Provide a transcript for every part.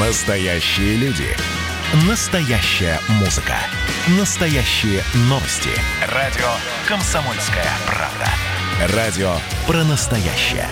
Настоящие люди. Настоящая музыка. Настоящие новости. Радио «Комсомольская правда». Радио про настоящее.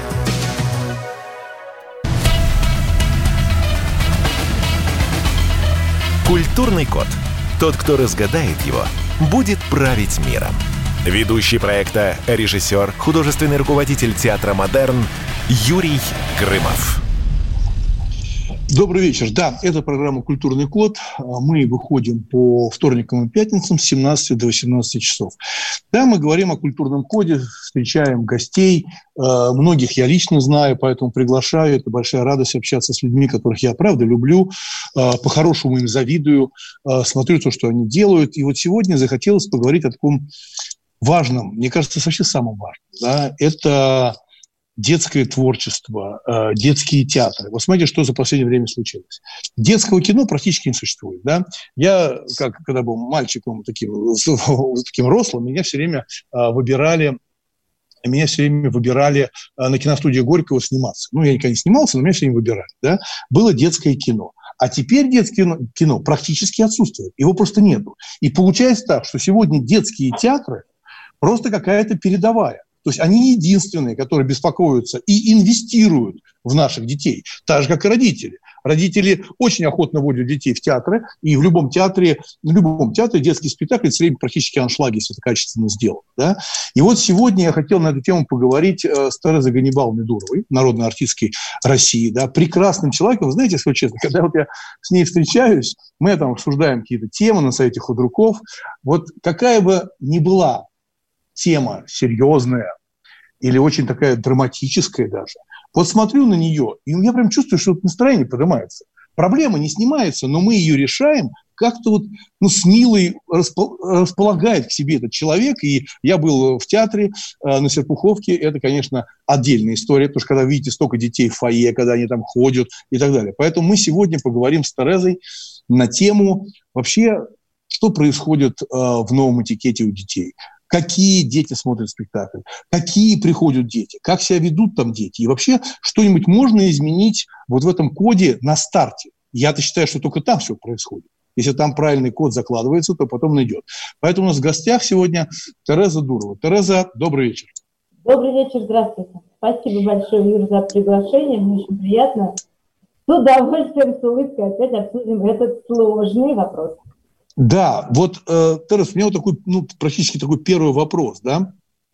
Культурный код. Тот, кто разгадает его, будет править миром. Ведущий проекта, режиссер, художественный руководитель театра «Модерн» Юрий Грымов. Добрый вечер. Да, это программа «Культурный код». Мы выходим по вторникам и пятницам с 17 до 18 часов. Да, мы говорим о культурном коде, встречаем гостей. Многих я лично знаю, поэтому приглашаю. Это большая радость общаться с людьми, которых я, правда, люблю. По-хорошему им завидую, смотрю то, что они делают. И вот сегодня захотелось поговорить о таком важном, мне кажется, вообще самом важном. Да? Это детское творчество, детские театры. Вот смотрите, что за последнее время случилось. Детского кино практически не существует. Да? Я, когда был мальчиком таким рослым, меня все время выбирали на киностудии Горького сниматься. Ну, я никогда не снимался, но меня все время выбирали. Да? Было детское кино. А теперь детское кино практически отсутствует. Его просто нету. И получается так, что сегодня детские театры просто какая-то передовая. То есть они единственные, которые беспокоятся и инвестируют в наших детей, так же, как и родители. Родители очень охотно водят детей в театры, и в любом театре детский спектакль все время практически аншлаги, если это качественно сделано. Да? И вот сегодня я хотел на эту тему поговорить с Терезой Ганнибаловной Дуровой, народной артисткой России, да, прекрасным человеком. Вы знаете, если честно, когда вот я с ней встречаюсь, мы там обсуждаем какие-то темы на сайте Худруков. Вот какая бы ни была тема серьезная или очень такая драматическая даже. Вот смотрю на нее, и я прям чувствую, что настроение поднимается. Проблема не снимается, но мы ее решаем. Как-то вот с милой располагает к себе этот человек. И я был в театре на Серпуховке. Это, конечно, отдельная история, потому что когда видите столько детей в фойе, когда они там ходят и так далее. Поэтому мы сегодня поговорим с Терезой на тему вообще, что происходит в новом этикете у детей. Какие дети смотрят спектакль, какие приходят дети, как себя ведут там дети. И вообще что-нибудь можно изменить вот в этом коде на старте. Я-то считаю, что только там все происходит. Если там правильный код закладывается, то потом он идет. Поэтому у нас в гостях сегодня Тереза Дурова. Тереза, добрый вечер. Добрый вечер, здравствуйте. Спасибо большое, Юр, за приглашение. Мне очень приятно. С удовольствием, с улыбкой опять обсудим этот сложный вопрос. Да, вот, Тереза, у меня вот такой, практически такой первый вопрос, да.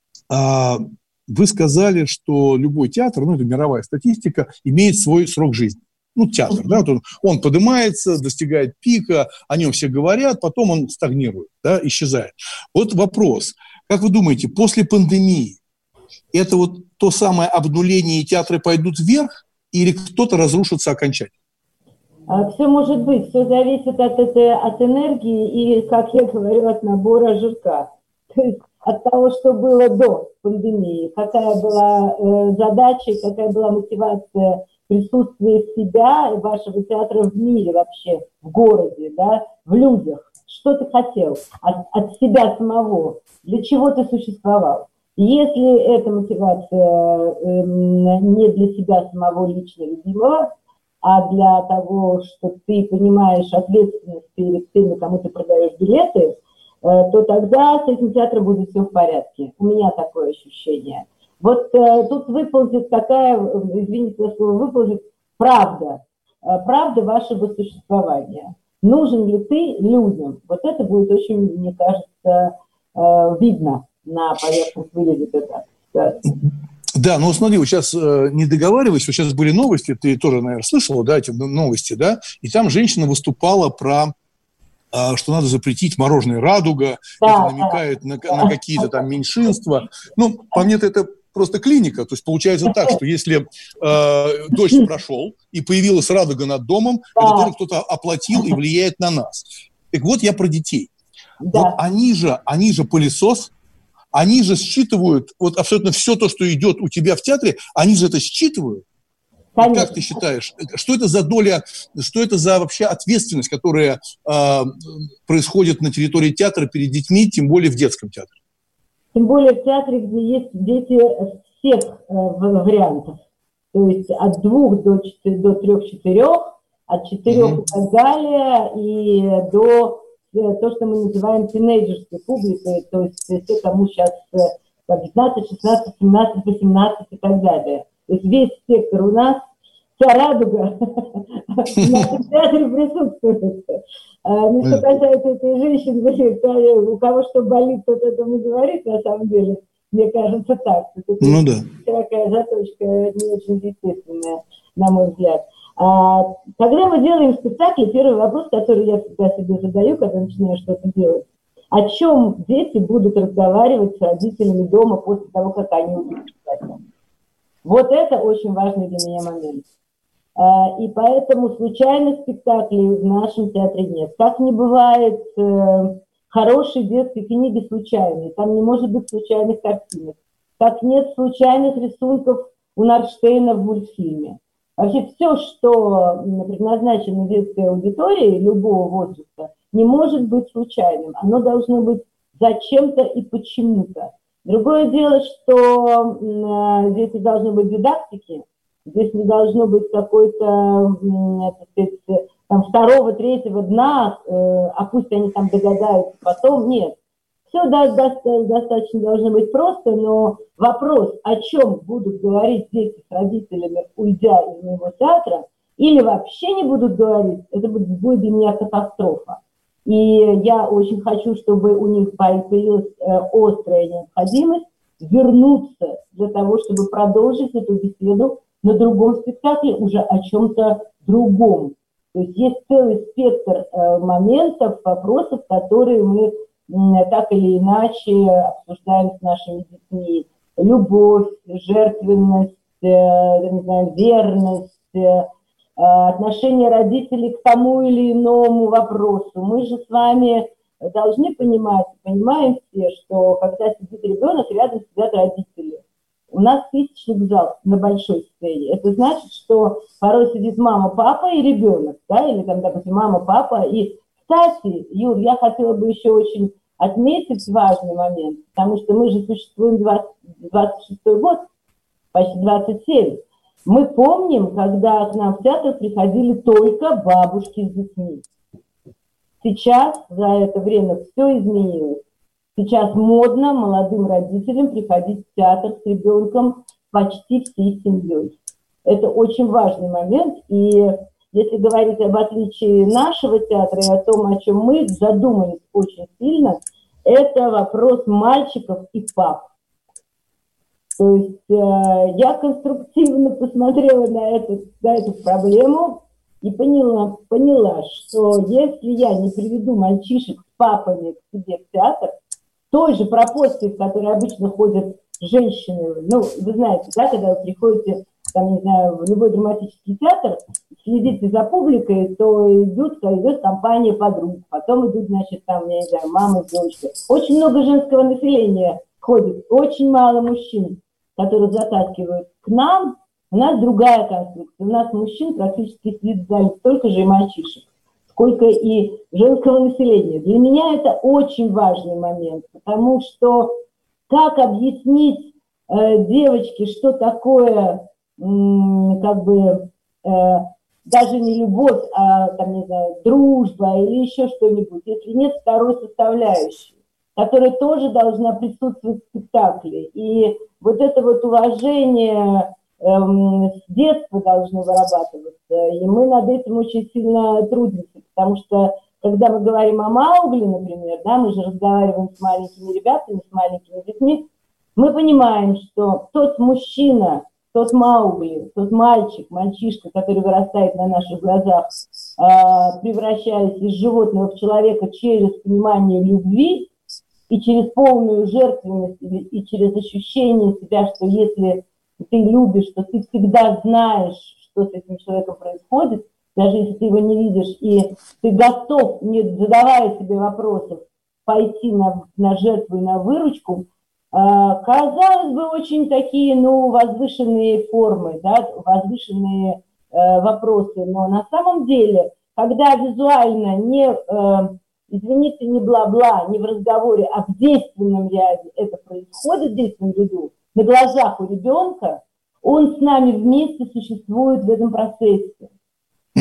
Вы сказали, что любой театр, это мировая статистика, имеет свой срок жизни. Театр, да, вот он поднимается, достигает пика, о нем все говорят, потом он стагнирует, да, исчезает. Вот вопрос, как вы думаете, после пандемии это вот то самое обнуление, и театры пойдут вверх, или кто-то разрушится окончательно? Все может быть, все зависит от энергии и, как я говорю, от набора жирка. То есть от того, что было до пандемии, какая была задача, какая была мотивация присутствия себя и вашего театра в мире вообще, в городе, да, в людях. Что ты хотел от себя самого, для чего ты существовал. Если эта мотивация не для себя самого лично любимого, а для того, что ты понимаешь ответственность перед теми, кому ты продаешь билеты, то тогда с этим театром будет все в порядке. У меня такое ощущение. Вот тут выползет такая, извините за слово, выползет правда вашего существования. Нужен ли ты людям? Вот это будет очень, мне кажется, видно на поверхность вылезет это. Да, смотри, вот сейчас не договариваюсь, вот сейчас были новости, ты тоже, наверное, слышала, да, эти новости, да, и там женщина выступала про, что надо запретить мороженое «Радуга», это намекает на какие-то там меньшинства. По мне это просто клиника, то есть получается так, что если дождь прошел и появилась радуга над домом, это тоже кто-то оплатил и влияет на нас. Так вот я про детей. Да. Вот они же пылесос. Они же считывают вот абсолютно все то, что идет у тебя в театре, они же это считывают. Как ты считаешь, что это за доля, что это за вообще ответственность, которая происходит на территории театра перед детьми, тем более в детском театре? Тем более в театре, где есть дети всех вариантов. То есть от 2 до 3-4, от 4 и так далее, и до то, что мы называем тинейджерской публикой, то есть те, кому сейчас 15, 16, 17, 18 и так далее. То есть весь спектр у нас, вся радуга в нашем театре присутствует. Что касается этой женщины, у кого что болит, тот это не говорит, на самом деле, мне кажется так. Ну да. Такая заточка не очень естественная, на мой взгляд. Когда мы делаем спектакль, первый вопрос, который я всегда себе задаю, когда начинаю что-то делать, о чем дети будут разговаривать с родителями дома после того, как они увидят спектакль. Вот это очень важный для меня момент. И поэтому случайных спектаклей в нашем театре нет. Как не бывает хорошей детской книги случайной, там не может быть случайных картинок. Как нет случайных рисунков у Нарштейна в мультфильме. Вообще все, что предназначено детской аудитории любого возраста, не может быть случайным. Оно должно быть зачем-то и почему-то. Другое дело, что здесь не должно быть дидактики, здесь не должно быть какой-то, так сказать, там, второго, третьего дна, а пусть они там догадаются потом. Нет. Все достаточно должно быть просто, но вопрос, о чем будут говорить дети с родителями, уйдя из моего театра, или вообще не будут говорить, это будет для меня катастрофа. И я очень хочу, чтобы у них появилась острая необходимость вернуться для того, чтобы продолжить эту беседу на другом спектакле, уже о чем-то другом. То есть есть целый спектр моментов, вопросов, которые мы так или иначе обсуждаем с нашими детьми. Любовь, жертвенность, не знаю, верность, отношение родителей к тому или иному вопросу. Мы же с вами должны понимать, понимаем все, что когда сидит ребенок, рядом сидят родители. У нас тысячник зал на большой сцене. Это значит, что порой сидит мама, папа и ребенок, да, или там, допустим, мама, папа. И, кстати, Юр, я хотела бы еще очень отметить важный момент, потому что мы же существуем 26-й год, почти 27. Мы помним, когда к нам в театр приходили только бабушки с детьми. Сейчас за это время все изменилось. Сейчас модно молодым родителям приходить в театр с ребенком почти всей семьей. Это очень важный момент. И если говорить об отличии нашего театра и о том, о чем мы задумались очень сильно, это вопрос мальчиков и пап. То есть я конструктивно посмотрела на эту проблему и поняла, что если я не приведу мальчишек с папами к себе в театр, той же пропорции, в которой обычно ходят женщины, ну, вы знаете, да, когда вы приходите, там, не знаю, в любой драматический театр, следите за публикой, то идет компания подруг, потом идут, значит, там, я не знаю, мама с дочкой. Очень много женского населения ходит, очень мало мужчин, которых затаскивают к нам. У нас другая конструкция. У нас мужчин практически сидит в зале столько же и мальчишек, сколько и женского населения. Для меня это очень важный момент, потому что как объяснить девочке, что такое, как бы, даже не любовь, а, там, не знаю, дружба или еще что-нибудь, если нет второй составляющей, которая тоже должна присутствовать в спектакле. И вот это вот уважение с детства должно вырабатываться, и мы над этим очень сильно трудимся, потому что, когда мы говорим о Маугли, например, да, мы же разговариваем с маленькими ребятами, с маленькими детьми, мы понимаем, что тот мужчина, тот Маугли, тот мальчишка, который вырастает на наших глазах, превращаясь из животного в человека через понимание любви и через полную жертвенность, и через ощущение себя, что если ты любишь, что ты всегда знаешь, что с этим человеком происходит, даже если ты его не видишь, и ты готов, не задавая себе вопросов, пойти на жертву и на выручку, казалось бы, очень такие, ну, возвышенные формы, да, возвышенные вопросы. Но на самом деле, когда визуально не, извините, не бла-бла, не в разговоре, а в действенном ряде это происходит, в действенном ряду, на глазах у ребенка, он с нами вместе существует в этом процессе.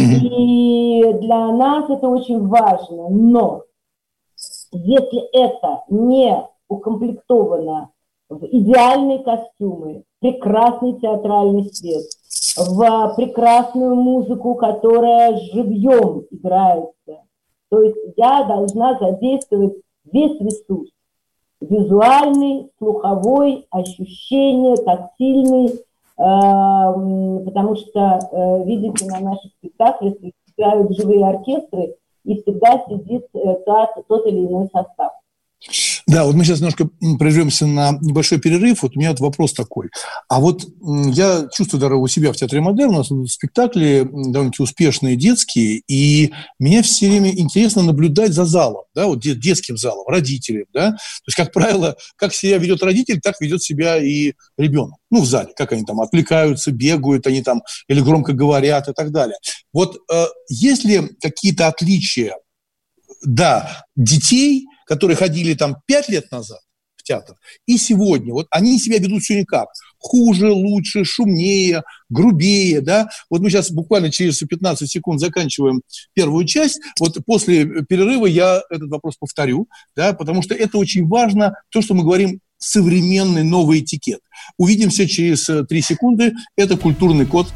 И для нас это очень важно. Но если это не укомплектовано в идеальные костюмы, прекрасный театральный свет, в прекрасную музыку, которая живьем играется, то есть я должна задействовать весь ресурс. Визуальный, слуховой, ощущение, тактильный, потому что, видите, на наших спектаклях играют живые оркестры, и всегда сидит тот или иной состав. Да, вот мы сейчас немножко прервемся на небольшой перерыв. Вот у меня вот вопрос такой. А вот я чувствую даже у себя в Театре Модерн, у нас спектакли довольно-таки успешные, детские, и мне все время интересно наблюдать за залом, да, вот детским залом, родителям, да. То есть, как правило, как себя ведет родитель, так ведет себя и ребенок. Ну, в зале, как они там отвлекаются, бегают, они там или громко говорят и так далее. Вот есть ли какие-то отличия, да, детей, которые ходили там 5 лет назад в театр, и сегодня, вот они себя ведут все никак. Хуже, лучше, шумнее, грубее, да. Вот мы сейчас буквально через 15 секунд заканчиваем первую часть. Вот после перерыва я этот вопрос повторю, да, потому что это очень важно, то, что мы говорим, современный новый этикет. Увидимся через 3 секунды. Это «Культурный код».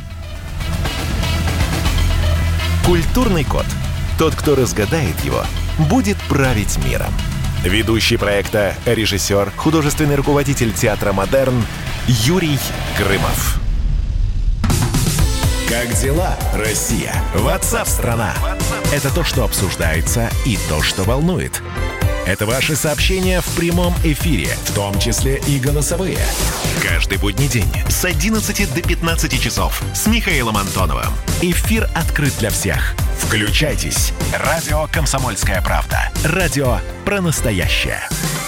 «Культурный код». Тот, кто разгадает его, будет править миром. Ведущий проекта, режиссер, художественный руководитель Театра Модерн Юрий Грымов. Как дела, Россия? WhatsApp-страна! Это то, что обсуждается, и то, что волнует. Это ваши сообщения в прямом эфире, в том числе и голосовые. Каждый будний день с 11 до 15 часов с Михаилом Антоновым. Эфир открыт для всех. Включайтесь. Радио «Комсомольская правда». Радио про настоящее.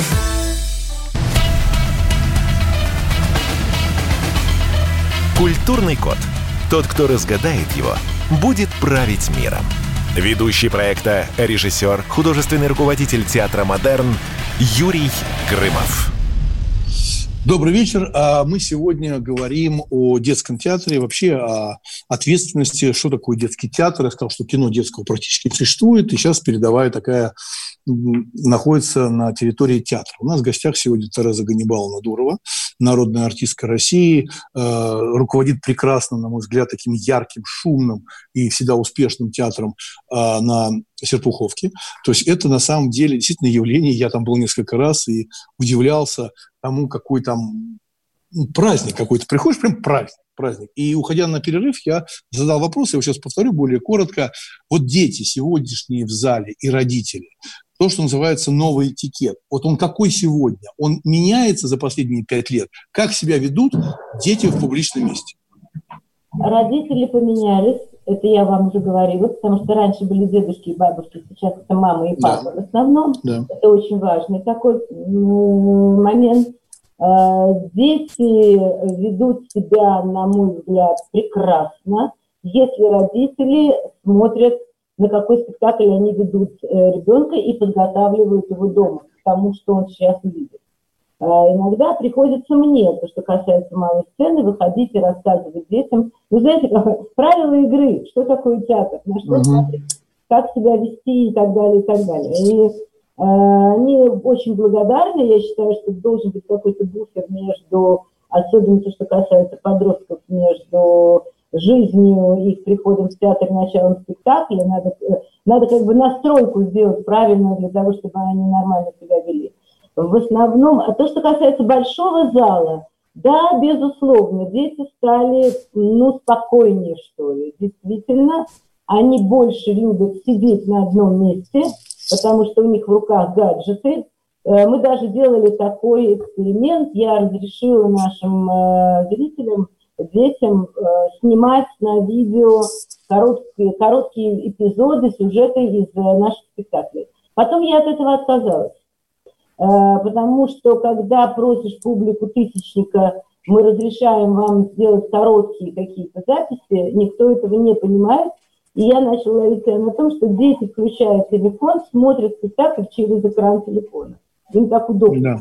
Культурный код. Тот, кто разгадает его, будет править миром. Ведущий проекта, режиссер, художественный руководитель Театра Модерн Юрий Грымов. Добрый вечер. Мы сегодня говорим о детском театре, вообще о ответственности, что такое детский театр. Я сказал, что кино детского практически не существует, и сейчас передовая такая находится на территории театра. У нас в гостях сегодня Тереза Ганнибаловна Дурова, народная артистка России, руководит прекрасно, на мой взгляд, таким ярким, шумным и всегда успешным театром на Серпуховке. То есть это на самом деле действительно явление. Я там был несколько раз и удивлялся тому, какой там праздник какой-то. Приходишь, прям праздник. И, уходя на перерыв, я задал вопрос, я его сейчас повторю более коротко. Вот дети сегодняшние в зале и родители, то, что называется новый этикет, вот он какой сегодня? Он меняется за последние 5 лет? Как себя ведут дети в публичном месте? Родители поменялись, это я вам уже говорила, потому что раньше были дедушки и бабушки, сейчас это мама и папа, да, в основном. Да. Это очень важный такой момент. Дети ведут себя, на мой взгляд, прекрасно, если родители смотрят, на какой спектакль они ведут ребенка и подготавливают его дома к тому, что он сейчас увидит. Иногда приходится мне, то, что касается малой сцены, выходить и рассказывать детям. Вы знаете, правила игры, что такое театр, на что смотреть, как себя вести и так далее, и так далее. И они очень благодарны. Я считаю, что должен быть какой-то буфер между, особенно то, что касается подростков, между жизнью, их приходом в театр и началом спектакля. Надо как бы настройку сделать правильную для того, чтобы они нормально себя вели. В основном, а то, что касается большого зала, да, безусловно, дети стали, спокойнее, что ли. Действительно, они больше любят сидеть на одном месте, потому что у них в руках гаджеты. Мы даже делали такой эксперимент. Я разрешила нашим зрителям, детям снимать на видео короткие эпизоды, сюжеты из наших спектаклей. Потом я от этого отказалась. Потому что, когда просишь публику тысячника, мы разрешаем вам сделать короткие какие-то записи, никто этого не понимает. И я начала ловить себя на том, что дети включают телефон, смотрят спектакль через экран телефона. Им так удобно.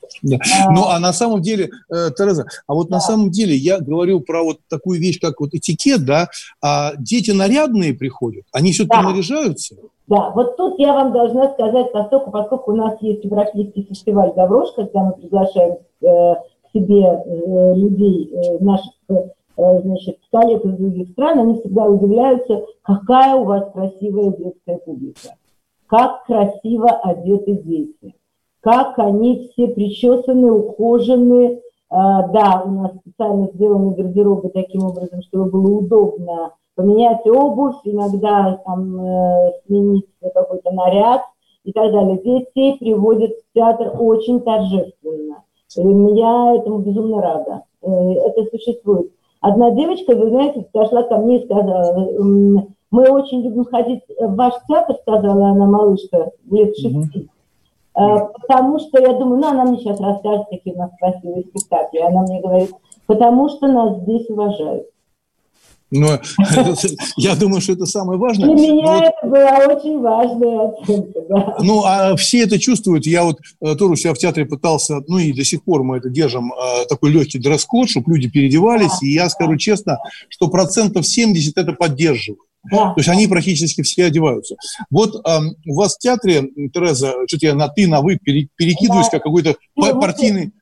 Да. Ну, а на самом деле, Тереза, на самом деле я говорю про вот такую вещь, как вот этикет, да, а дети нарядные приходят, они все-таки наряжаются? Да, вот тут я вам должна сказать, поскольку у нас есть Европейский фестиваль «Гаврош», когда мы приглашаем к себе людей, наших, значит, коллег из других стран, они всегда удивляются, какая у вас красивая детская публика, как красиво одеты дети, как они все причесаны, ухожены. Да, у нас специально сделаны гардеробы таким образом, чтобы было удобно поменять обувь, иногда там, сменить какой-то наряд и так далее. Детей приводят в театр очень торжественно. Я этому безумно рада. Это существует. Одна девочка, вы знаете, подошла ко мне и сказала: мы очень любим ходить в ваш театр, сказала она, малышка, лет 6. Потому что я думаю, она мне сейчас расскажет, какие у нас красивые спектакли. Она мне говорит, потому что нас здесь уважают. Но я думаю, что это самое важное. Для меня это была очень важная оценка, да. Ну, а все это чувствуют. Я вот тоже у себя в театре пытался, и до сих пор мы это держим, такой легкий дресс-код, чтобы люди переодевались. И я скажу честно, что 70% это поддерживают. Да. То есть они практически все одеваются. Вот у вас в театре, Тереза, что-то я на «ты», на «вы» перекидываюсь, как какой-то партийный...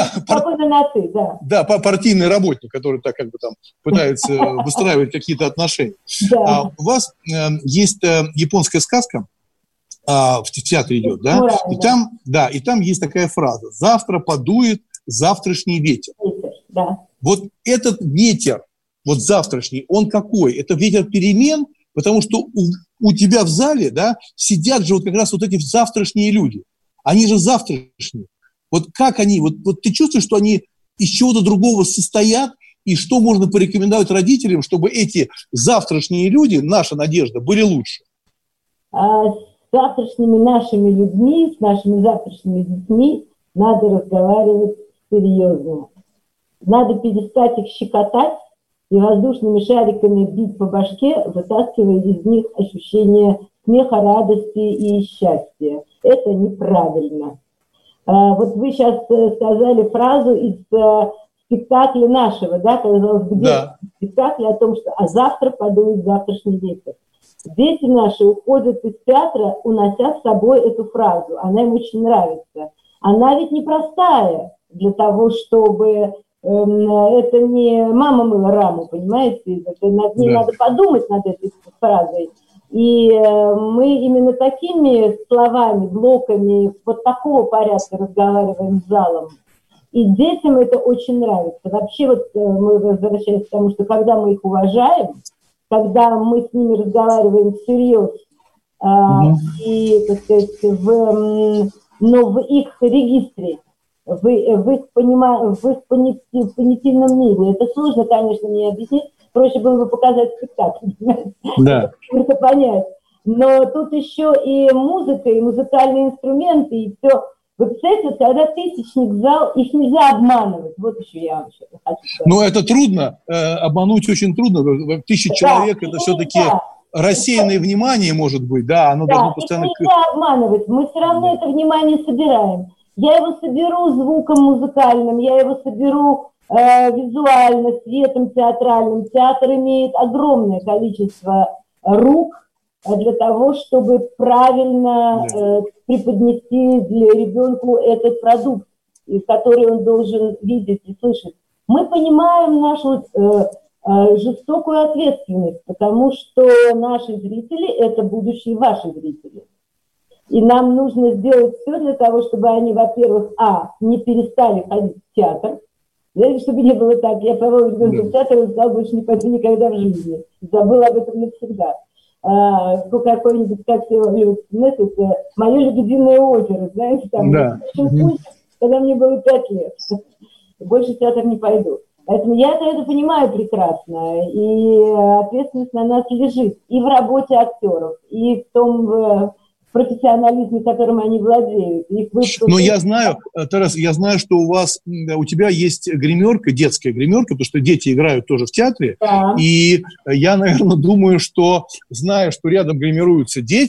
Да, партийный работник, который так как бы там пытается выстраивать какие-то отношения. Да. У вас есть японская сказка, в театре идет, да? И там есть такая фраза: «Завтра подует завтрашний ветер». Да. Вот этот ветер, вот завтрашний, он какой? Это ветер перемен, потому что у тебя в зале, да, сидят же вот как раз вот эти завтрашние люди. Они же завтрашние. Вот как они, вот ты чувствуешь, что они из чего-то другого состоят, и что можно порекомендовать родителям, чтобы эти завтрашние люди, наша надежда, были лучше? С завтрашними нашими людьми, с нашими завтрашними детьми надо разговаривать серьезно. Надо перестать их щекотать и воздушными шариками бить по башке, вытаскивая из них ощущение смеха, радости и счастья. Это неправильно. Вот вы сейчас сказали фразу из спектакля нашего, да, казалось бы, спектакль о том, что «а завтра подует завтрашний ветер». Дети наши уходят из театра, унося с собой эту фразу. Она им очень нравится. Она ведь непростая для того, чтобы... это не мама мыла раму, понимаете? Над ней надо подумать, над этой фразой. И мы именно такими словами, блоками, вот такого порядка разговариваем с залом. И детям это очень нравится. Вообще вот мы возвращаемся к тому, что когда мы их уважаем, когда мы с ними разговариваем всерьез, и, так сказать, в их регистре, в их понятийном мире. Это сложно, конечно, мне объяснить. Проще было бы показать спектакль, да. Это понять. Но тут еще и музыка, и музыкальные инструменты, и все. Вы представляете, когда тысячник зал, их нельзя обманывать. Вот еще я вам хочу сказать. Но это трудно, обмануть очень трудно. 1000 человек, это все-таки рассеянное внимание, может быть, да, оно должно постоянно... их нельзя обманывать, мы все равно это внимание собираем. Я его соберу звуком музыкальным, я его соберу визуально, светом театральным. Театр имеет огромное количество рук для того, чтобы правильно преподнести для ребенка этот продукт, который он должен видеть и слышать. Мы понимаем нашу жестокую ответственность, потому что наши зрители – это будущие ваши зрители. И нам нужно сделать все для того, чтобы они, во-первых, не перестали ходить в театр. Знаете, чтобы не было так, я повела ребенка в театр и сказала, больше не пойду никогда в жизни. Забыла об этом навсегда. Какой-нибудь, как все любят, знаете, «Мое лебединое озеро», знаете, там, когда мне было 5 лет. Больше в театр не пойду. Поэтому я это понимаю прекрасно, и ответственность на нас лежит и в работе актеров, и в том профессионализме, которым они владеют. Но я знаю, Тарас, что у тебя есть гримерка, детская гримерка, потому что дети играют тоже в театре, и я, наверное, думаю, что, зная, что рядом гримируются дети,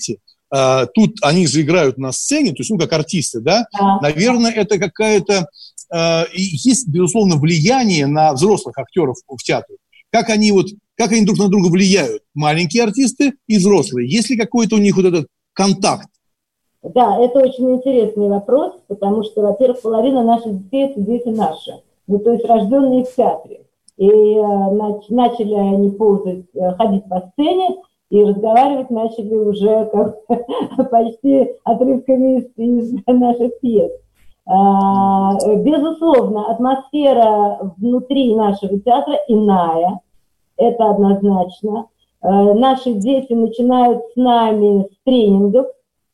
тут они же играют на сцене, то есть, как артисты, да? Наверное, это какая-то... есть, безусловно, влияние на взрослых актеров в театре. Как они друг на друга влияют, маленькие артисты и взрослые? Есть ли какой-то у них вот этот контакт? Да, это очень интересный вопрос, потому что, во-первых, половина наших детей – это дети наши, то есть рожденные в театре. И начали они ходить по сцене, и разговаривать начали уже почти отрывками из наших пьес. Безусловно, атмосфера внутри нашего театра иная, это однозначно. Наши дети начинают с нами с тренингов,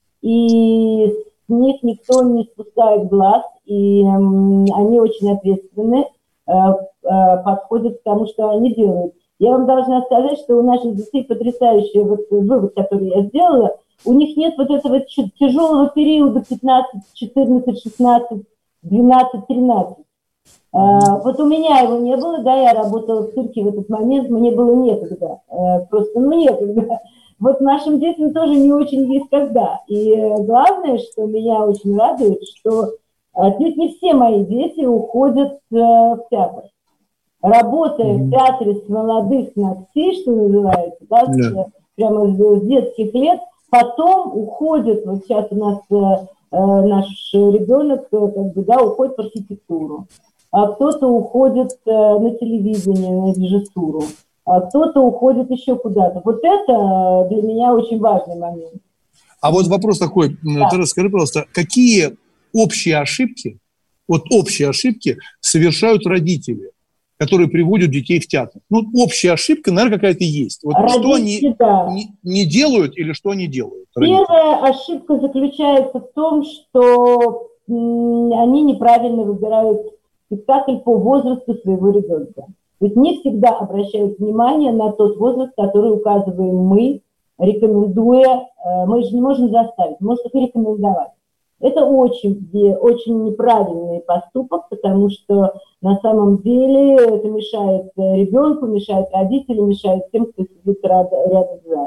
и с них никто не спускает глаз, и они очень ответственны, подходят к тому, что они делают. Я вам должна сказать, что у наших детей потрясающий вывод, который я сделала, у них нет вот этого тяжелого периода 15, 14, 16, 12, 13. Вот у меня его не было, да, я работала в цирке в этот момент, мне было некогда, просто некогда. Вот нашим детям тоже не очень есть когда. И главное, что меня очень радует, что отнюдь не все мои дети уходят в театр. Работая в театре с молодых ногтей, что называется, да, прямо с детских лет, потом уходят, вот сейчас у нас наш ребенок уходит в архитектуру, а кто-то уходит на телевидение, на режиссуру, а кто-то уходит еще куда-то. Вот это для меня очень важный момент. А вот вопрос такой, ты расскажи, пожалуйста, какие общие ошибки совершают родители, которые приводят детей в театр? Общая ошибка, наверное, какая-то есть. Вот что они не делают или что они делают? Первая ошибка заключается в том, что они неправильно выбирают спектакль по возрасту своего ребенка. То есть не всегда обращают внимание на тот возраст, который указываем мы, рекомендуя. Мы же не можем заставить, мы можем только рекомендовать. Это очень, очень неправильный поступок, потому что на самом деле это мешает ребенку, мешает родителям, мешает тем, кто сидит рядом в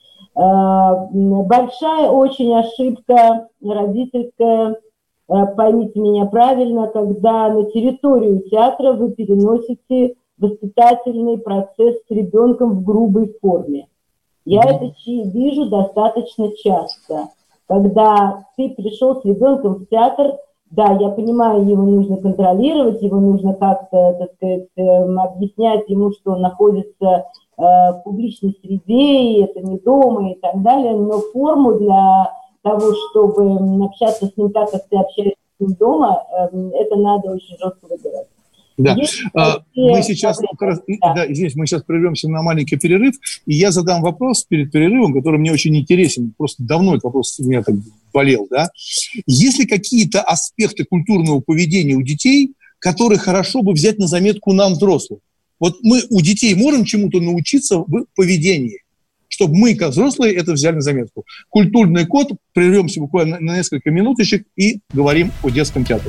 зале. Большая очень ошибка родительская, поймите меня правильно, когда на территорию театра вы переносите воспитательный процесс с ребенком в грубой форме. Я это вижу достаточно часто. Когда ты пришел с ребенком в театр, да, я понимаю, его нужно контролировать, его нужно как-то, так сказать, объяснять ему, что он находится в публичной среде, и это не дома, и так далее, но форму для того, чтобы общаться с ним так, как ты общаешься с ним дома, это надо очень жестко выбирать. Да, мы сейчас прервемся на маленький перерыв, и я задам вопрос перед перерывом, который мне очень интересен, просто давно этот вопрос у меня так болел, да. Есть ли какие-то аспекты культурного поведения у детей, которые хорошо бы взять на заметку нам, взрослым? Вот мы у детей можем чему-то научиться в поведении, чтобы мы, как взрослые, это взяли на заметку. Культурный код, прервемся буквально на несколько минуточек и говорим о детском театре.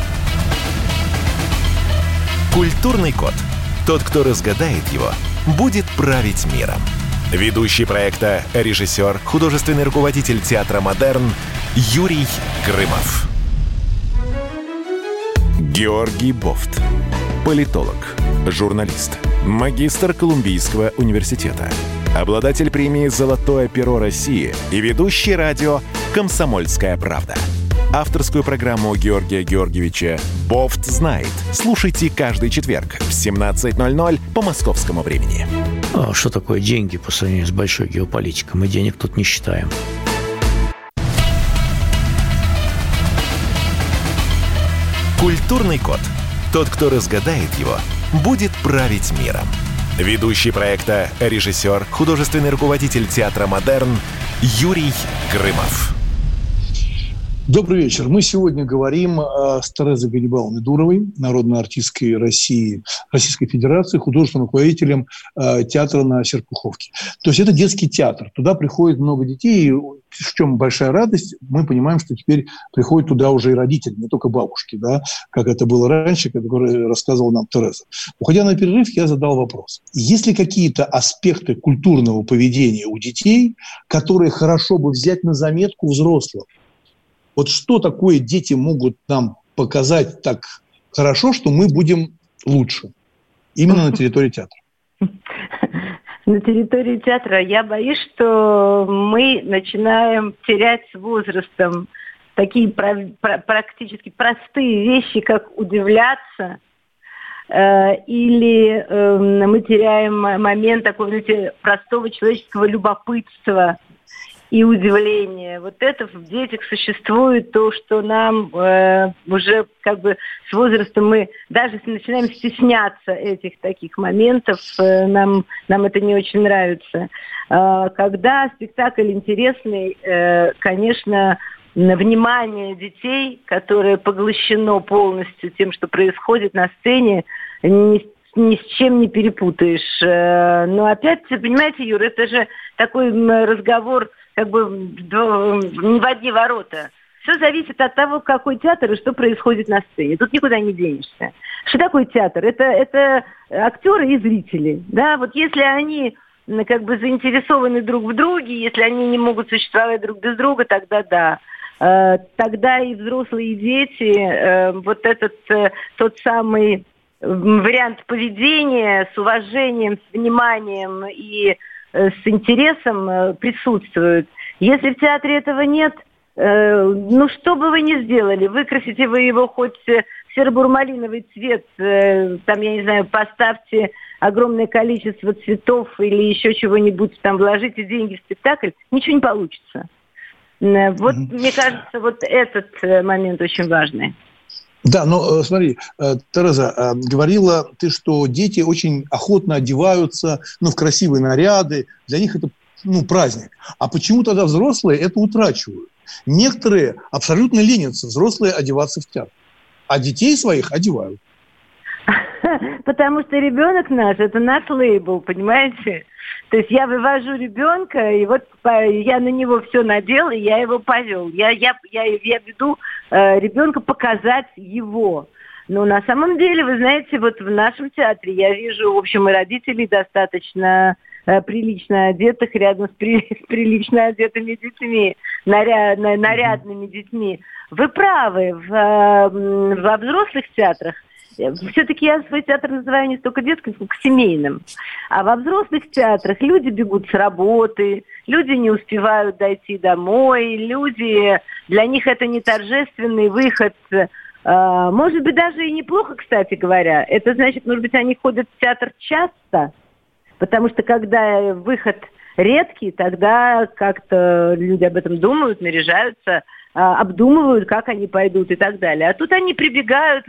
Культурный код. Тот, кто разгадает его, будет править миром. Ведущий проекта, режиссер, художественный руководитель театра «Модерн» Юрий Грымов. Георгий Бофт. Политолог, журналист, магистр Колумбийского университета, обладатель премии «Золотое перо России» и ведущий радио «Комсомольская правда». Авторскую программу Георгия Георгиевича «Бофт знает». Слушайте каждый четверг в 17:00 по московскому времени. Что такое деньги по сравнению с большой геополитикой? Мы денег тут не считаем. Культурный код. Тот, кто разгадает его, будет править миром. Ведущий проекта, режиссер, художественный руководитель театра «Модерн» Юрий Грымов. Добрый вечер. Мы сегодня говорим с Терезой Ганнибаловной Дуровой, народной артисткой России, Российской Федерации, художественным руководителем театра на Серпуховке. То есть это детский театр. Туда приходит много детей. И в чем большая радость? Мы понимаем, что теперь приходят туда уже и родители, не только бабушки, да, как это было раньше, как рассказывала нам Тереза. Уходя на перерыв, я задал вопрос. Есть ли какие-то аспекты культурного поведения у детей, которые хорошо бы взять на заметку взрослым? Вот что такое дети могут нам показать так хорошо, что мы будем лучше? Именно на территории театра. На территории театра я боюсь, что мы начинаем терять с возрастом такие практически простые вещи, как удивляться, или мы теряем момент такого, знаете, простого человеческого любопытства и удивление. Вот это в детях существует, то, что нам уже как бы с возрастом мы даже начинаем стесняться этих таких моментов, нам это не очень нравится. Когда спектакль интересный, конечно, внимание детей, которое поглощено полностью тем, что происходит на сцене, ни с чем не перепутаешь. Но опять, понимаете, Юр, это же такой разговор как бы не в одни ворота. Все зависит от того, какой театр и что происходит на сцене. Тут никуда не денешься. Что такое театр? Это актеры и зрители. Да? Вот если они как бы заинтересованы друг в друге, если они не могут существовать друг без друга, тогда да. Тогда и взрослые, и дети, вот этот тот самый вариант поведения с уважением, с вниманием и с интересом присутствуют. Если в театре этого нет, что бы вы ни сделали, выкрасите вы его хоть в серо-бурмалиновый цвет, там, я не знаю, поставьте огромное количество цветов или еще чего-нибудь, там, вложите деньги в спектакль, ничего не получится. Вот, мне кажется, вот этот момент очень важный. Да, но смотри, Тереза, говорила ты, что дети очень охотно одеваются в красивые наряды, для них это праздник. А почему тогда взрослые это утрачивают? Некоторые абсолютно ленятся, взрослые, одеваться в театр, а детей своих одевают. Потому что ребенок наш, это наш лейбл, понимаете? То есть я вывожу ребенка, и вот я на него все надел, и я его повел. Я веду ребенка показать его. Но на самом деле, вы знаете, вот в нашем театре я вижу, в общем, и родителей достаточно прилично одетых, рядом с прилично одетыми детьми, нарядными детьми. Вы правы, во взрослых театрах, все-таки я свой театр называю не столько детским, сколько семейным. А во взрослых театрах люди бегут с работы, люди не успевают дойти домой, для них это не торжественный выход. Может быть, даже и неплохо, кстати говоря. Это значит, может быть, они ходят в театр часто, потому что когда выход редкий, тогда как-то люди об этом думают, наряжаются, обдумывают, как они пойдут и так далее. А тут они прибегают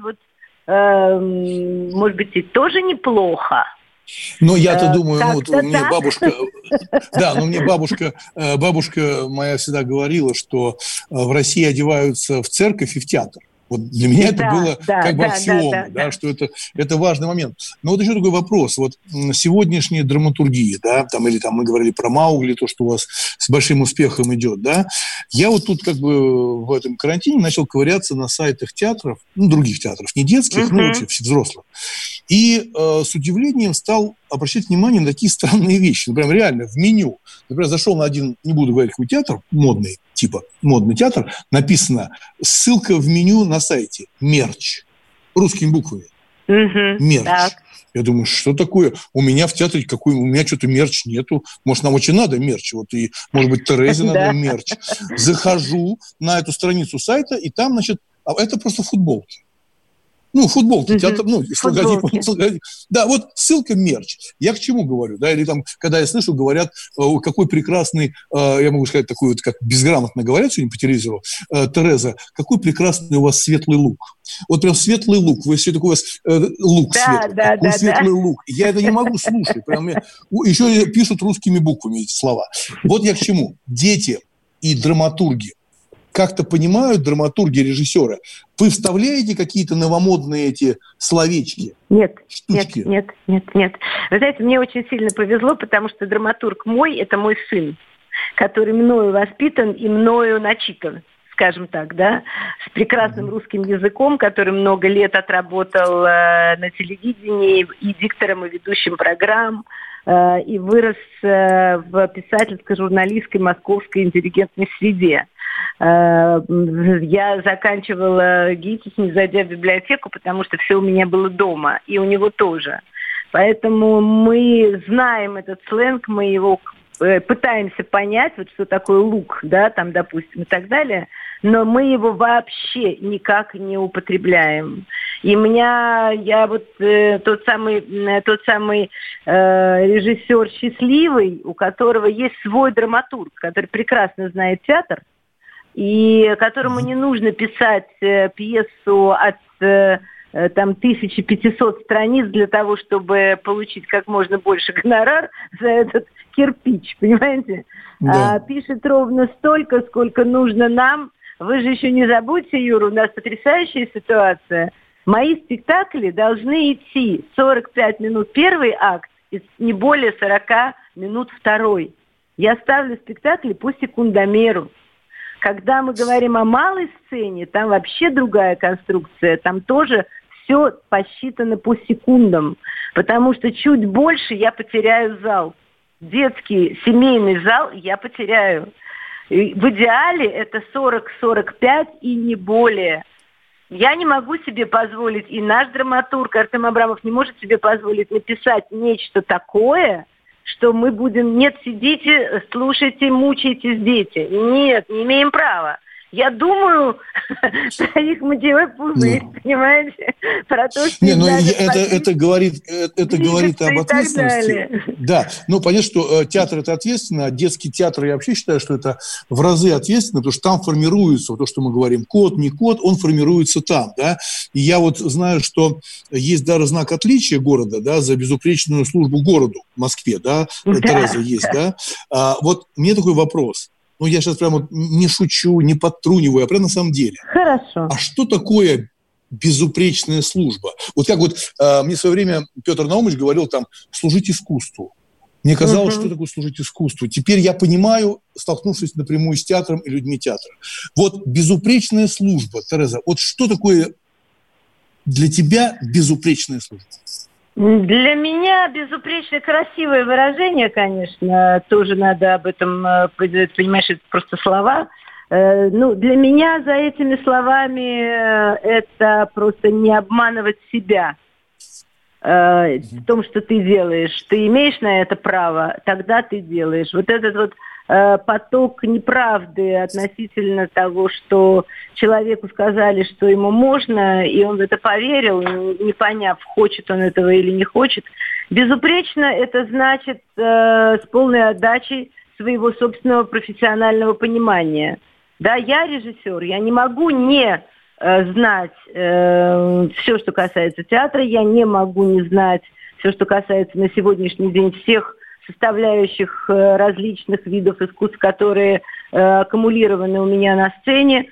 может быть, и тоже неплохо. Но я-то думаю, мне бабушка... Да, но мне бабушка моя всегда говорила, что в России одеваются в церковь и в театр. Вот для меня это было как бы аксиома, что это важный момент. Но вот еще такой вопрос. Вот сегодняшняя драматургия, или мы говорили про Маугли, то, что у вас с большим успехом идет, я вот тут как бы в этом карантине начал ковыряться на сайтах театров, других театров, не детских, вообще взрослых. И с удивлением стал обращать внимание на такие странные вещи. Например, реально в меню. Например, зашел на один, не буду говорить, какой театр, модный театр, написано ссылка в меню на сайте. Мерч. Русскими буквами. Мерч. Так. Я думаю, что такое? У меня в театре у меня что-то мерч нету. Может, нам очень надо мерч. И, может быть, Терезе надо мерч. Захожу на эту страницу сайта, и там, это просто футболки. Футболки, театр, слоготип. Да, вот ссылка мерч. Я к чему говорю, или когда я слышу, говорят, какой прекрасный, я могу сказать, такой как безграмотно говорят сегодня по телевизору, Тереза, какой прекрасный у вас светлый лук. Вот прям светлый лук, вы все такой у вас лук светлый, светлый лук. Я это не могу слушать, прям еще пишут русскими буквами эти слова. Вот я к чему. Дети и драматурги, как-то понимают драматурги, режиссеры? Вы вставляете какие-то новомодные эти словечки? Нет, штучки? нет. Вы знаете, мне очень сильно повезло, потому что драматург мой – это мой сын, который мною воспитан и мною начитан, скажем так, да, с прекрасным русским языком, который много лет отработал на телевидении и диктором, и ведущим программ, и вырос в писательской, журналистской, московской интеллигентной среде. Я заканчивала ГИТИС, не зайдя в библиотеку, потому что все у меня было дома, и у него тоже. Поэтому мы знаем этот сленг, мы его пытаемся понять, вот что такое лук, да, там, допустим, и так далее, но мы его вообще никак не употребляем. И я вот тот самый режиссер счастливый, у которого есть свой драматург, который прекрасно знает театр, и которому не нужно писать пьесу от 1500 страниц для того, чтобы получить как можно больше гонорар за этот кирпич, понимаете? Да. Пишет ровно столько, сколько нужно нам. Вы же еще не забудьте, Юра, у нас потрясающая ситуация. Мои спектакли должны идти 45 минут первый акт и не более 40 минут второй. Я ставлю спектакли по секундомеру. Когда мы говорим о малой сцене, там вообще другая конструкция, там тоже все посчитано по секундам, потому что чуть больше я потеряю зал. Детский семейный зал я потеряю. И в идеале это 40-45 и не более. Я не могу себе позволить, и наш драматург Артем Абрамов не может себе позволить написать нечто такое, что мы будем, нет, сидите, слушайте, мучайтесь, дети. Нет, не имеем права. Я думаю про их мочевой пузырь, понимаете? Про то, что это говорит об ответственности. Да, понятно, что театр – это ответственно, а детский театр, я вообще считаю, что это в разы ответственно, потому что там формируется, то, что мы говорим, код, не код, он формируется там, да. И я вот знаю, что есть даже знак отличия города, да, за безупречную службу городу в Москве, да, Тереза есть, да. Вот мне такой вопрос. Я сейчас прямо не шучу, не подтруниваю, а прямо на самом деле. Хорошо. А что такое безупречная служба? Вот как мне в свое время Петр Наумович говорил там «служить искусству». Мне казалось, что такое служить искусству. Теперь я понимаю, столкнувшись напрямую с театром и людьми театра. Вот безупречная служба, Тереза, вот что такое для тебя безупречная служба? Для меня безупречно красивое выражение, конечно, тоже надо об этом понимаешь, это просто слова. Для меня за этими словами это просто не обманывать себя в том, что ты делаешь. Ты имеешь на это право, тогда ты делаешь. Вот этот вот поток неправды относительно того, что человеку сказали, что ему можно, и он в это поверил, не поняв, хочет он этого или не хочет. Безупречно это значит с полной отдачей своего собственного профессионального понимания. Да, я режиссер, я не могу не знать все, что касается театра, я не могу не знать все, что касается на сегодняшний день всех составляющих различных видов искусств, которые аккумулированы у меня на сцене.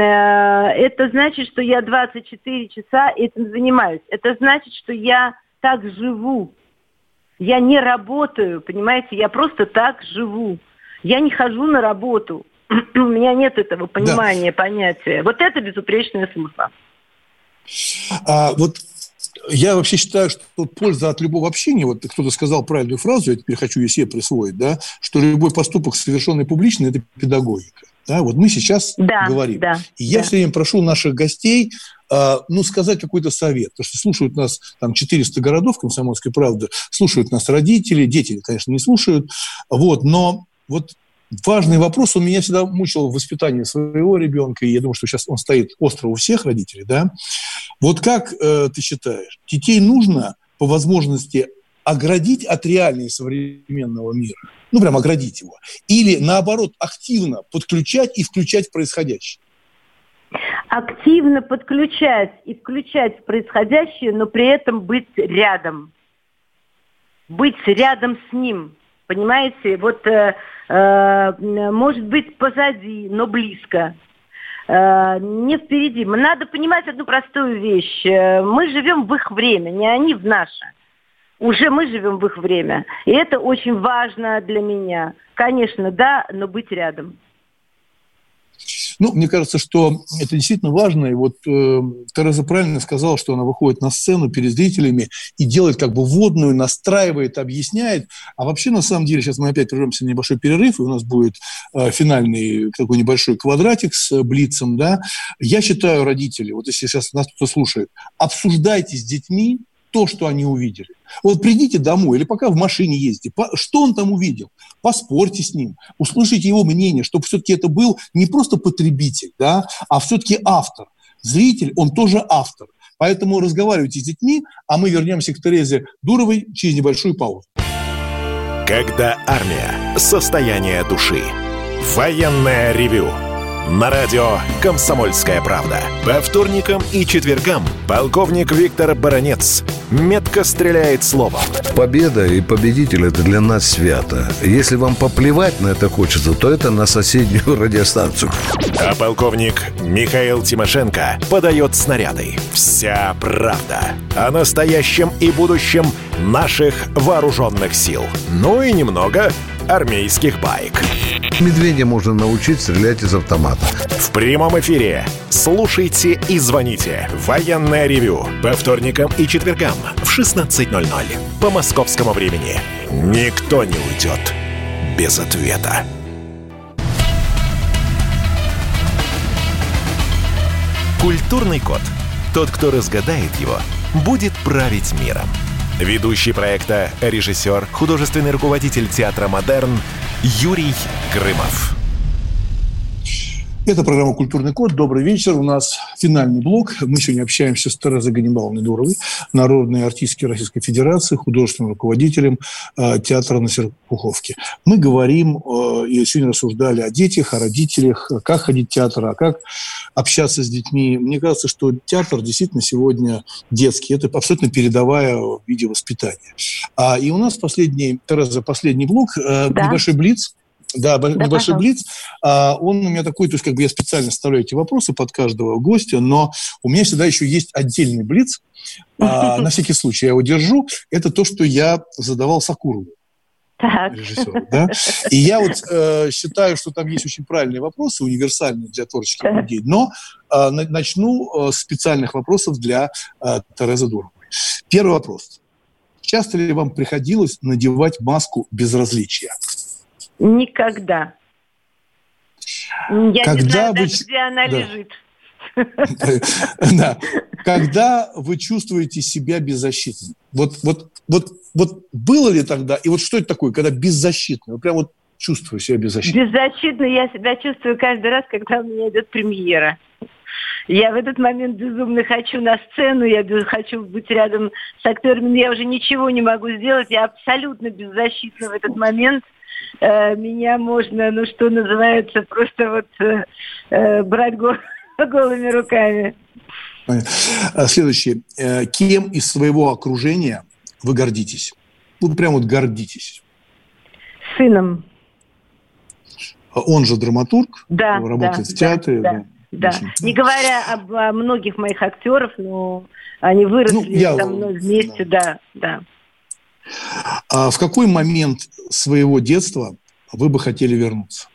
Это значит, что я 24 часа этим занимаюсь. Это значит, что я так живу. Я не работаю, понимаете, я просто так живу. Я не хожу на работу. У меня нет этого понимания, понятия. Вот это безупречная служба. Я вообще считаю, что польза от любого общения, вот кто-то сказал правильную фразу, я теперь хочу ее себе присвоить, да, что любой поступок, совершенный публично, это педагогика. Да, вот мы сейчас говорим. И я все время прошу наших гостей сказать какой-то совет, потому что слушают нас там 400 городов «Комсомольской правды», слушают нас родители, дети, конечно, не слушают, но важный вопрос, он меня всегда мучил в воспитании своего ребенка, и я думаю, что сейчас он стоит остро у всех родителей, да. Вот как ты считаешь, детей нужно по возможности оградить от реального современного мира? Прям оградить его. Или, наоборот, активно подключать и включать в происходящее? Активно подключать и включать в происходящее, но при этом быть рядом. Быть рядом с ним. Понимаете? Может быть, позади, но близко. не впереди. Надо понимать одну простую вещь. Мы живем в их время, не они в наше. Уже мы живем в их время. И это очень важно для меня. Конечно, да, но быть рядом. Ну, мне кажется, что это действительно важно. И вот Тереза правильно сказала, что она выходит на сцену перед зрителями и делает как бы вводную, настраивает, объясняет. А вообще, на самом деле, сейчас мы опять прервемся на небольшой перерыв, и у нас будет финальный такой небольшой квадратик с блицем, да. Я считаю, родители, вот если сейчас нас кто-то слушает, обсуждайте с детьми то, что они увидели. Вот придите домой или пока в машине ездите, что он там увидел, поспорьте с ним, услышите его мнение, чтобы все-таки это был не просто потребитель, да, а все-таки автор. Зритель, он тоже автор. Поэтому разговаривайте с детьми, а мы вернемся к Терезе Дуровой через небольшую паузу. Когда армия. Состояние души. Военное ревю. На радио «Комсомольская правда». По вторникам и четвергам полковник Виктор Баранец метко стреляет словом. Победа и победитель – это для нас свято. Если вам поплевать на это хочется, то это на соседнюю радиостанцию. А полковник Михаил Тимошенко подает снаряды. Вся правда о настоящем и будущем наших вооруженных сил. Ну и немного армейских баек. Медведя можно научить стрелять из автомата. В прямом эфире слушайте и звоните. Военное ревю по вторникам и четвергам в 16:00 по московскому времени. Никто не уйдет без ответа. Культурный код. Тот, кто разгадает его, будет править миром. Ведущий проекта, режиссер, художественный руководитель театра «Модерн» Юрий Грымов. Это программа «Культурный код». Добрый вечер. У нас финальный блок. Мы сегодня общаемся с Терезой Ганнибаловной Дуровой, народной артистки Российской Федерации, художественным руководителем театра на Серпуховке. Мы говорим и сегодня рассуждали о детях, о родителях, как ходить в театр, а как общаться с детьми. Мне кажется, что театр действительно сегодня детский. Это абсолютно передовая в виде воспитания. И у нас Тереза, последний блок, небольшой блиц. Да, небольшой блиц. Он у меня такой, то есть как бы я специально составляю эти вопросы под каждого гостя, но у меня всегда еще есть отдельный блиц. На всякий случай я его держу. Это то, что я задавал Сакурову, режиссеру. Да? И я вот считаю, что там есть очень правильные вопросы, универсальные для творческих людей, но начну с специальных вопросов для Терезы Дуровой. Первый вопрос. Часто ли вам приходилось надевать маску безразличия? Никогда. Я не знаю даже, где она лежит. Да. Когда вы чувствуете себя беззащитным? Вот было ли тогда, и вот что это такое, когда беззащитный? Вот прям вот чувствую себя беззащитным. Беззащитно я себя чувствую каждый раз, когда у меня идет премьера. Я в этот момент безумно хочу на сцену, я хочу быть рядом с актерами, но я уже ничего не могу сделать, я абсолютно беззащитна в этот момент. Меня можно, что называется, просто вот брать голыми руками. Следующее. Кем из своего окружения вы гордитесь? Вот прям вот гордитесь. Сыном. Он же драматург, да, работает в театре. Да. Не говоря о многих моих актеров, но они выросли со мной вместе, да. А в какой момент своего детства вы бы хотели вернуться?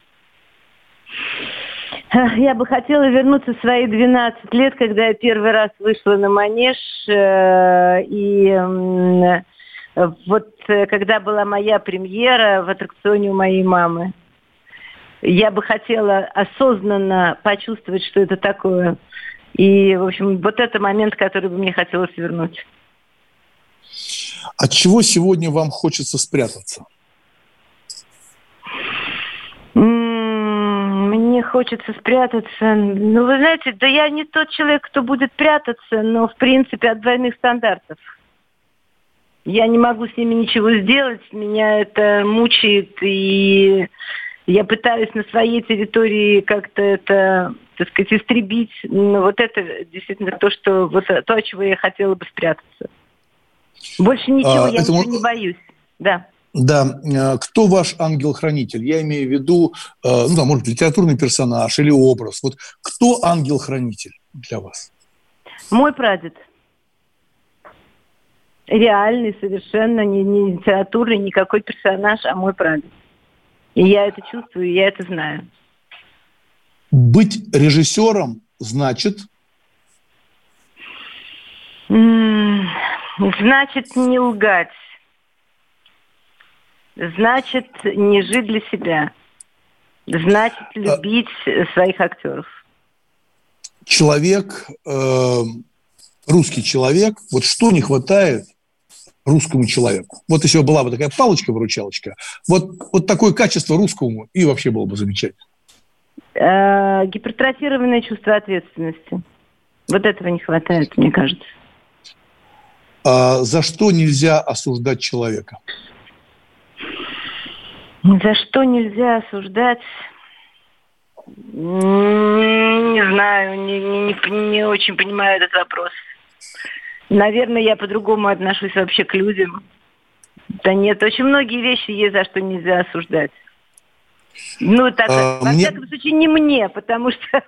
Я бы хотела вернуться в свои 12 лет, когда я первый раз вышла на манеж. И вот когда была моя премьера в аттракционе у моей мамы. Я бы хотела осознанно почувствовать, что это такое. И, в общем, вот это момент, который бы мне хотелось вернуть. От чего сегодня вам хочется спрятаться? Мне хочется спрятаться. Ну, вы знаете, да я не тот человек, кто будет прятаться, но, в принципе, от двойных стандартов. Я не могу с ними ничего сделать, меня это мучает, и я пытаюсь на своей территории как-то это, так сказать, истребить. Но вот это действительно то, от чего я хотела бы спрятаться. Больше ничего, я ничего не боюсь. Да. Да, кто ваш ангел-хранитель? Я имею в виду, может, литературный персонаж или образ. Вот кто ангел-хранитель для вас? Мой прадед. Реальный, совершенно не литературный, никакой персонаж, а мой прадед. И я это чувствую, я это знаю. Быть режиссером значит? Значит, не лгать. Значит, не жить для себя. Значит, любить своих актеров. Человек, русский человек, вот что не хватает русскому человеку? Вот если бы была бы такая палочка-выручалочка, вот такое качество русскому и вообще было бы замечательно. Гипертрофированное чувство ответственности. Вот этого не хватает, мне кажется. За что нельзя осуждать человека? За что нельзя осуждать? Не знаю, не очень понимаю этот вопрос. Наверное, я по-другому отношусь вообще к людям. Да нет, очень многие вещи есть, за что нельзя осуждать. Во всяком случае, не мне, потому что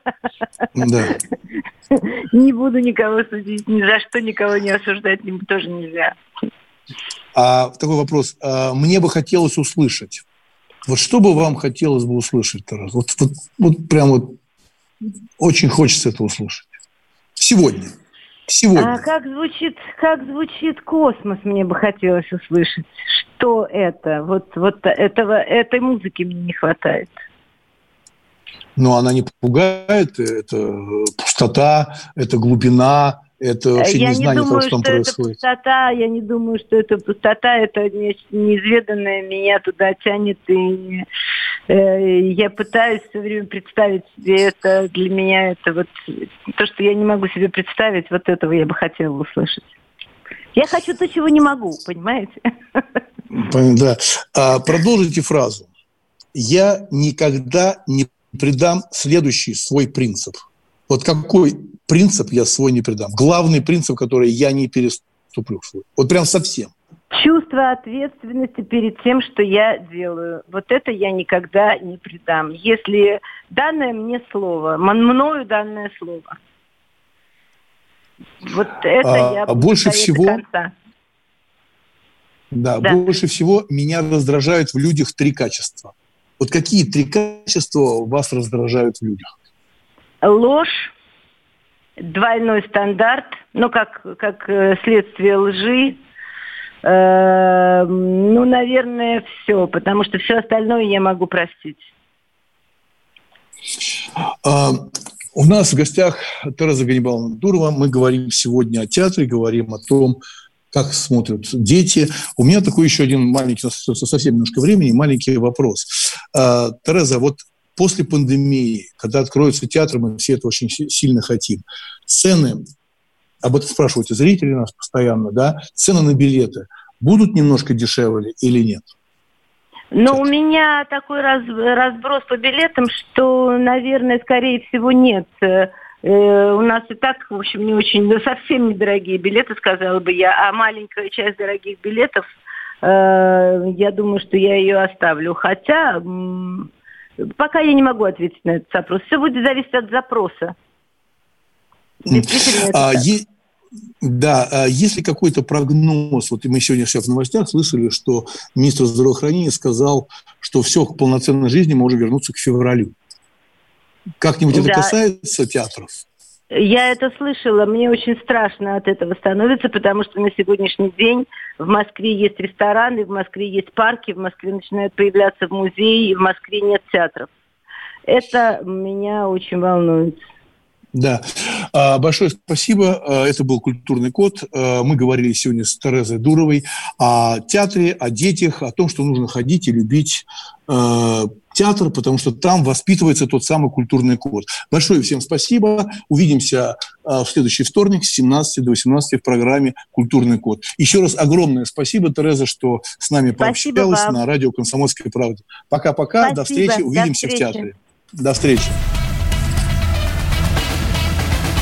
не буду никого судить, ни за что никого не осуждать тоже нельзя. Такой вопрос. Мне бы хотелось услышать. Вот что бы вам хотелось бы услышать, Тарас? Вот прям очень хочется это услышать. Сегодня. Как звучит космос, мне бы хотелось услышать. Что это? Этой музыки мне не хватает. Но она не пугает. Это пустота, это глубина, это вообще незнание того, что там происходит. Я не думаю, что это пустота. Это неизведанное меня туда тянет. И я пытаюсь все время представить себе это. Для меня это то, что я не могу себе представить, вот этого я бы хотела услышать. Я хочу то, чего не могу, понимаете? Да. Продолжите фразу. Я никогда не предам следующий свой принцип. Вот какой принцип я свой не предам? Главный принцип, который я не переступлю свой. Вот прям совсем. Чувство ответственности перед тем, что я делаю. Вот это я никогда не предам. Если данное мне слово, мною данное слово. Вот это я буду больше всего, до конца. Да, больше всего меня раздражают в людях 3 качества. Вот какие 3 качества вас раздражают в людях? Ложь, двойной стандарт, как следствие лжи, наверное, все, потому что все остальное я могу простить. У нас в гостях Тереза Ганнибаловна Дурова. Мы говорим сегодня о театре, говорим о том, как смотрят дети. У меня такой еще один маленький, совсем немножко времени, маленький вопрос. Тереза, вот после пандемии, когда откроется театр, мы все это очень сильно хотим, цены, об этом спрашивают и зрители нас постоянно, да, цены на билеты будут немножко дешевле или нет? Но у меня такой разброс по билетам, что, наверное, скорее всего, нет. У нас и так, в общем, не очень, совсем недорогие билеты, сказала бы я, а маленькая часть дорогих билетов, я думаю, что я ее оставлю. Хотя пока я не могу ответить на этот вопрос. Все будет зависеть от запроса. Действительно, это так. Да, есть ли какой-то прогноз? Вот мы сегодня в новостях слышали, что министр здравоохранения сказал, что все, к полноценной жизни мы можем вернуться к февралю. Как-нибудь это касается театров? Я это слышала. Мне очень страшно от этого становится, потому что на сегодняшний день в Москве есть рестораны, в Москве есть парки, в Москве начинают появляться музеи, и в Москве нет театров. Это меня очень волнует. Да. Большое спасибо. Это был «Культурный код». Мы говорили сегодня с Терезой Дуровой о театре, о детях, о том, что нужно ходить и любить театр, потому что там воспитывается тот самый культурный код. Большое всем спасибо. Увидимся в следующий вторник с 17 до 18 в программе «Культурный код». Еще раз огромное спасибо, Тереза, что с нами пообщалась на радио «Комсомольская правда». Пока-пока. Спасибо. До встречи. Увидимся в театре. До встречи.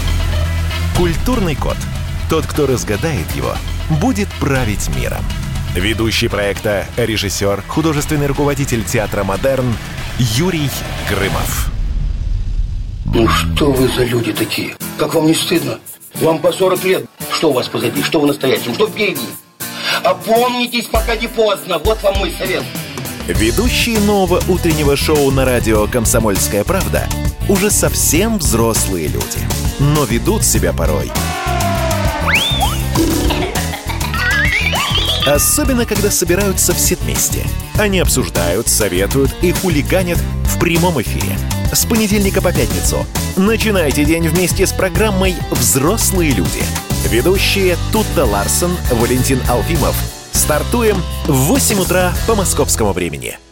Культурный код. Тот, кто разгадает его, будет править миром. Ведущий проекта, режиссер, художественный руководитель театра «Модерн» Юрий Грымов. Ну что вы за люди такие? Как вам не стыдно? Вам по 40 лет. Что у вас позади? Что вы настоящем? Что впереди? Опомнитесь, пока не поздно. Вот вам мой совет. Ведущие нового утреннего шоу на радио «Комсомольская правда» уже совсем взрослые люди, но ведут себя порой. Особенно, когда собираются все вместе. Они обсуждают, советуют и хулиганят в прямом эфире. С понедельника по пятницу начинайте день вместе с программой «Взрослые люди». Ведущие Тутта Ларсон, Валентин Алфимов. Стартуем в 8 утра по московскому времени.